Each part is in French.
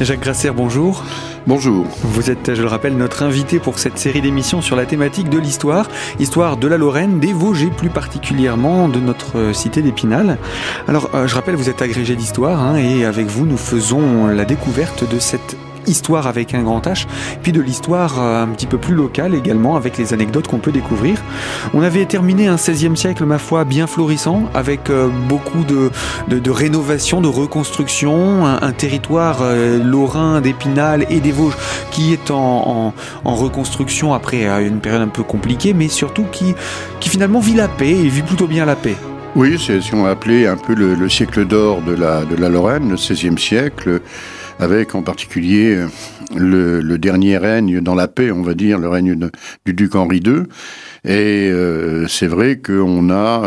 Jacques Grasser, bonjour. Bonjour. Vous êtes, je le rappelle, notre invité pour cette série d'émissions sur la thématique de l'histoire de la Lorraine, des Vosges, plus particulièrement de notre cité d'Épinal. Alors, je rappelle, vous êtes agrégé d'histoire, et avec vous, nous faisons la découverte de cette histoire avec un grand H, puis de l'histoire un petit peu plus locale également, avec les anecdotes qu'on peut découvrir. On avait terminé un XVIe siècle, ma foi, bien florissant, avec beaucoup de rénovation, de reconstruction, un territoire lorrain d'Épinal et des Vosges qui est en reconstruction après une période un peu compliquée, mais surtout qui finalement vit la paix et vit plutôt bien la paix. Oui, c'est ce qu'on a appelé un peu le siècle d'or de la Lorraine, le XVIe siècle, avec en particulier le dernier règne dans la paix, on va dire, le règne du duc Henri II. Et c'est vrai qu'on a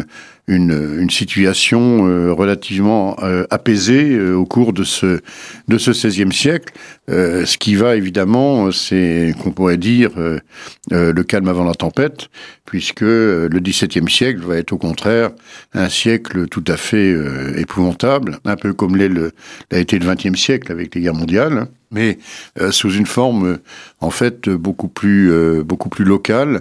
une situation relativement apaisée au cours de ce XVIe siècle. Ce qui va évidemment, c'est qu'on pourrait dire le calme avant la tempête, puisque le XVIIe siècle va être au contraire un siècle tout à fait épouvantable, un peu comme l'a été le XXe siècle avec les guerres mondiales, mais sous une forme en fait beaucoup plus locale.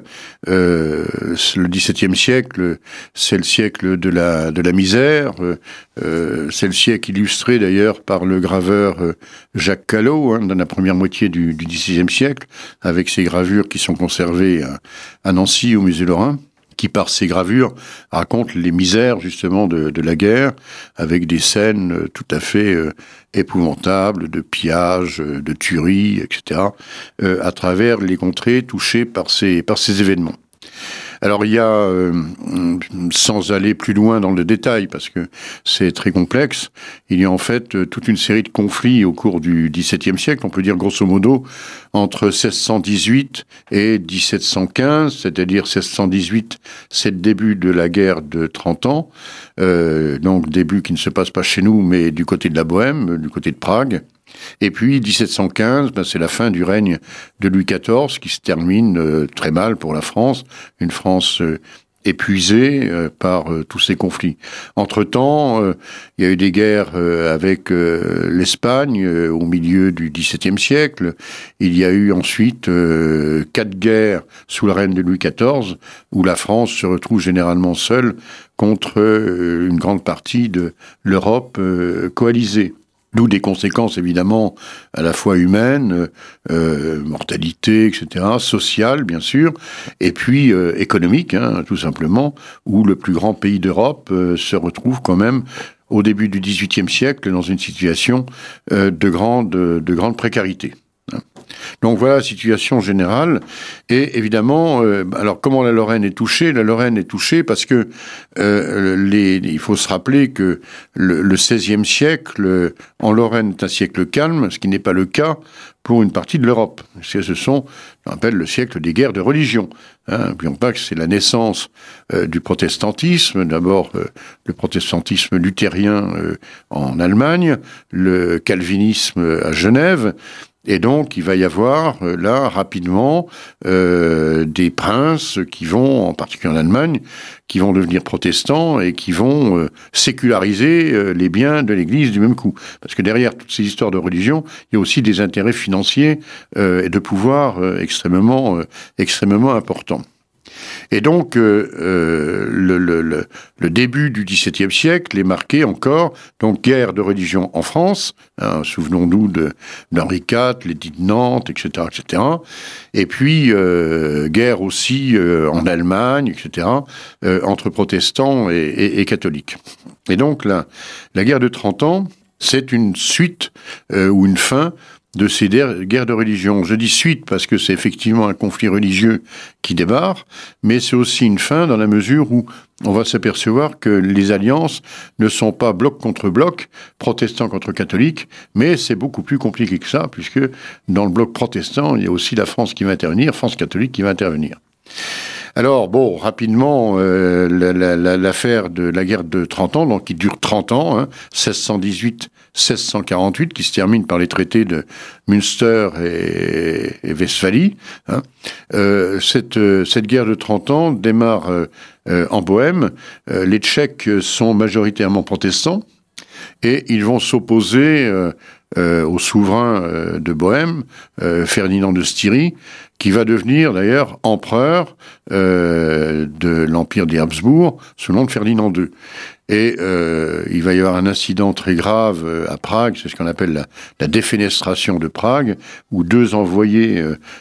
Le XVIIe siècle, c'est le siècle de la misère. C'est le siècle illustré d'ailleurs par le graveur Jacques Callot, dans la première moitié du XVIe siècle, avec ses gravures qui sont conservées à Nancy au musée Lorrain, qui par ses gravures raconte les misères justement de la guerre, avec des scènes tout à fait épouvantables, de pillage, de tueries, etc., à travers les contrées touchées par ces événements. Alors il y a, sans aller plus loin dans le détail, parce que c'est très complexe, il y a en fait toute une série de conflits au cours du XVIIe siècle, on peut dire grosso modo, entre 1618 et 1715, c'est-à-dire 1618, c'est le début de la guerre de 30 ans, donc début qui ne se passe pas chez nous, mais du côté de la Bohême, du côté de Prague. Et puis 1715, c'est la fin du règne de Louis XIV qui se termine très mal pour la France, une France épuisée par tous ces conflits. Entre-temps, il y a eu des guerres avec l'Espagne au milieu du XVIIe siècle. Il y a eu ensuite 4 guerres sous le règne de Louis XIV, où la France se retrouve généralement seule contre une grande partie de l'Europe coalisée. D'où des conséquences évidemment à la fois humaines, mortalité, etc., sociales bien sûr, et puis économiques, tout simplement, où le plus grand pays d'Europe se retrouve quand même au début du XVIIIe siècle dans une situation de grande précarité. Donc voilà la situation générale. Et évidemment, alors comment la Lorraine est touchée ? La Lorraine est touchée parce que il faut se rappeler que le XVIe siècle en Lorraine est un siècle calme, ce qui n'est pas le cas pour une partie de l'Europe. Ce sont, on appelle le siècle des guerres de religion. N'oublions pas que c'est la naissance du protestantisme, d'abord le protestantisme luthérien en Allemagne, le calvinisme à Genève. Et donc, il va y avoir, là, rapidement, des princes qui vont, en particulier en Allemagne, qui vont devenir protestants et qui vont séculariser les biens de l'Église du même coup. Parce que derrière toutes ces histoires de religion, il y a aussi des intérêts financiers et de pouvoir extrêmement importants. Et donc, le début du XVIIe siècle est marqué encore, donc guerre de religion en France, souvenons-nous d'Henri IV, l'édit de Nantes, etc., etc. Et puis, guerre aussi en Allemagne, etc., entre protestants et catholiques. Et donc, la guerre de 30 ans, c'est une suite ou une fin de ces guerres de religion. Je dis suite parce que c'est effectivement un conflit religieux qui démarre, mais c'est aussi une fin dans la mesure où on va s'apercevoir que les alliances ne sont pas bloc contre bloc, protestants contre catholiques, mais c'est beaucoup plus compliqué que ça, puisque dans le bloc protestant, il y a aussi la France qui va intervenir, France catholique qui va intervenir. Alors, bon, rapidement, l'affaire de la guerre de 30 ans, donc qui dure 30 ans, 1618-1648, qui se termine par les traités de Münster et Westphalie. Cette guerre de 30 ans démarre en Bohême. Les Tchèques sont majoritairement protestants. et ils vont s'opposer au souverain de Bohême, Ferdinand de Styrie, qui va devenir d'ailleurs empereur de l'Empire des Habsbourg sous le nom de Ferdinand II. Et il va y avoir un incident très grave à Prague, c'est ce qu'on appelle la défenestration de Prague, où 2 envoyés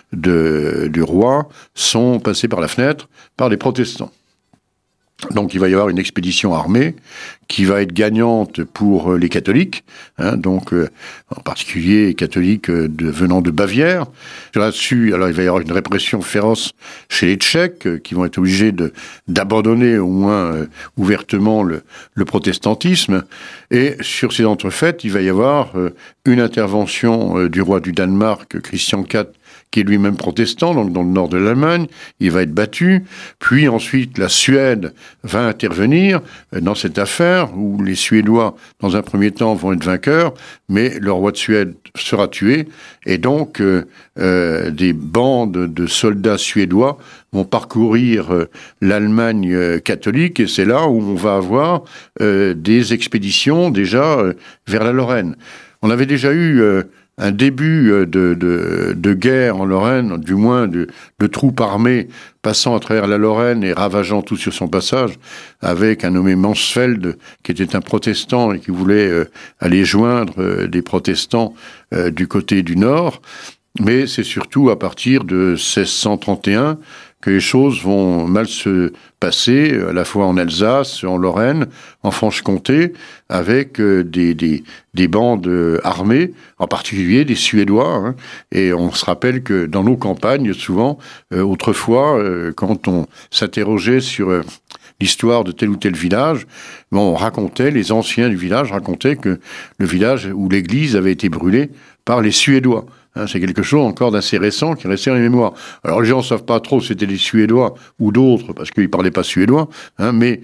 du roi sont passés par la fenêtre par des protestants. Donc il va y avoir une expédition armée qui va être gagnante pour les catholiques, donc en particulier les catholiques venant de Bavière. Là-dessus, alors il va y avoir une répression féroce chez les Tchèques qui vont être obligés d'abandonner au moins ouvertement le protestantisme. Et sur ces entrefaites, il va y avoir une intervention du roi du Danemark, Christian IV, qui est lui-même protestant, donc dans le nord de l'Allemagne. Il va être battu. Puis ensuite, la Suède va intervenir dans cette affaire où les Suédois, dans un premier temps, vont être vainqueurs, mais le roi de Suède sera tué. Et donc, des bandes de soldats suédois vont parcourir l'Allemagne catholique, et c'est là où on va avoir des expéditions déjà vers la Lorraine. On avait déjà eu un début de guerre en Lorraine, du moins de troupes armées passant à travers la Lorraine et ravageant tout sur son passage, avec un nommé Mansfeld, qui était un protestant et qui voulait aller joindre des protestants du côté du nord. Mais c'est surtout à partir de 1631 que les choses vont mal se passer, à la fois en Alsace, en Lorraine, en Franche-Comté, avec des bandes armées, en particulier des Suédois. Et on se rappelle que dans nos campagnes, souvent, autrefois, quand on s'interrogeait sur l'histoire de tel ou tel village, les anciens du village racontaient que le village ou l'église avait été brûlée par les Suédois. C'est quelque chose encore d'assez récent qui est resté dans les mémoires. Alors les gens ne savent pas trop si c'était les Suédois ou d'autres, parce qu'ils ne parlaient pas suédois, mais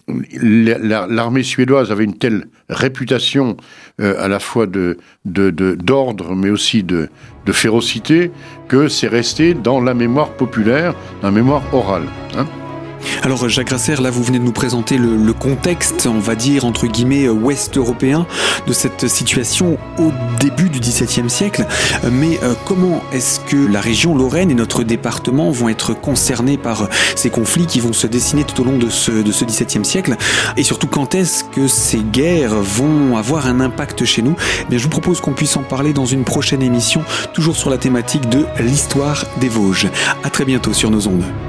l'armée suédoise avait une telle réputation à la fois d'ordre, mais aussi de férocité, que c'est resté dans la mémoire populaire, dans la mémoire orale. Alors Jacques Grasser, là vous venez de nous présenter le contexte, on va dire entre guillemets ouest-européen de cette situation au début du XVIIe siècle. Mais comment est-ce que la région Lorraine et notre département vont être concernés par ces conflits qui vont se dessiner tout au long de ce XVIIe siècle? Et surtout, quand est-ce que ces guerres vont avoir un impact chez nous? Eh bien, je vous propose qu'on puisse en parler dans une prochaine émission, toujours sur la thématique de l'histoire des Vosges. À très bientôt sur nos ondes.